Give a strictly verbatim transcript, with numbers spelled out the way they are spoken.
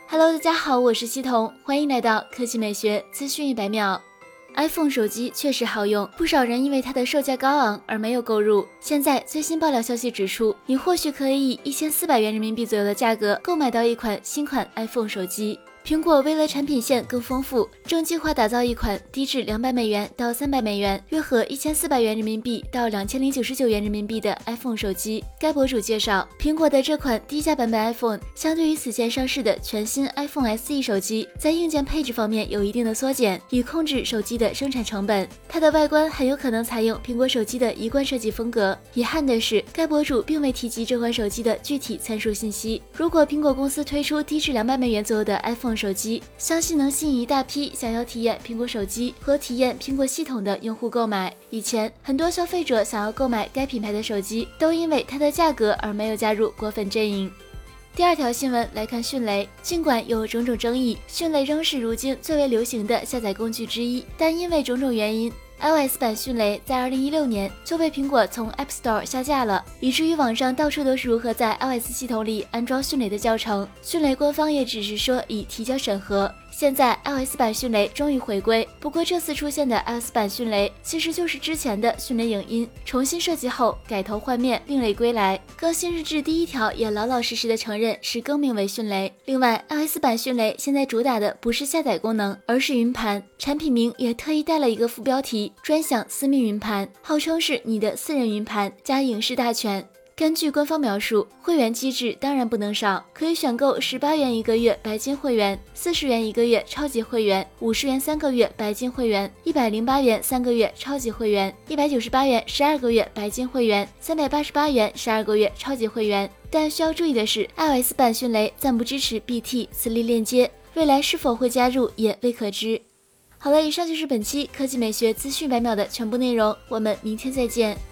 Hello， 大家好，我是西彤，欢迎来到科技美学资讯一百秒。iPhone 手机确实好用，不少人因为它的售价高昂而没有购入。现在最新爆料消息指出，你或许可以以一千四百元人民币左右的价格购买到一款新款 iPhone 手机。苹果为了产品线更丰富，正计划打造一款低至两百美元到三百美元，约合一千四百元人民币到两千零九十九元人民币的 iPhone 手机。该博主介绍，苹果的这款低价版本 iPhone 相对于此前上市的全新 iPhone S E 手机，在硬件配置方面有一定的缩减，以控制手机的生产成本。它的外观很有可能采用苹果手机的一贯设计风格。遗憾的是，该博主并未提及这款手机的具体参数信息。如果苹果公司推出低至两百美元左右的 iPhone手机，相信能吸引一大批想要体验苹果手机和体验苹果系统的用户购买。以前很多消费者想要购买该品牌的手机，都因为它的价格而没有加入果粉阵营。第二条新闻来看迅雷，尽管有种种争议，迅雷仍是如今最为流行的下载工具之一，但因为种种原因，iOS 版迅雷在二零一六年就被苹果从 App Store 下架了，以至于网上到处都是如何在 iOS 系统里安装迅雷的教程。迅雷官方也只是说已提交审核。现在 iOS 版迅雷终于回归，不过这次出现的 iOS 版迅雷其实就是之前的迅雷影音重新设计后改头换面，另类归来。更新日志第一条也老老实实的承认是更名为迅雷。另外 iOS 版迅雷现在主打的不是下载功能，而是云盘，产品名也特意带了一个副标题，专享私密云盘，号称是你的私人云盘加影视大全。根据官方描述，会员机制当然不能少，可以选购十八元一个月白金会员，四十元一个月超级会员，五十元三个月白金会员，一百零八元三个月超级会员，一百九十八元十二个月白金会员，三百八十八元十二个月超级会员。但需要注意的是 iOS 版迅雷暂不支持 B T 磁力链接，未来是否会加入也未可知。好了，以上就是本期科技美学资讯百秒的全部内容，我们明天再见。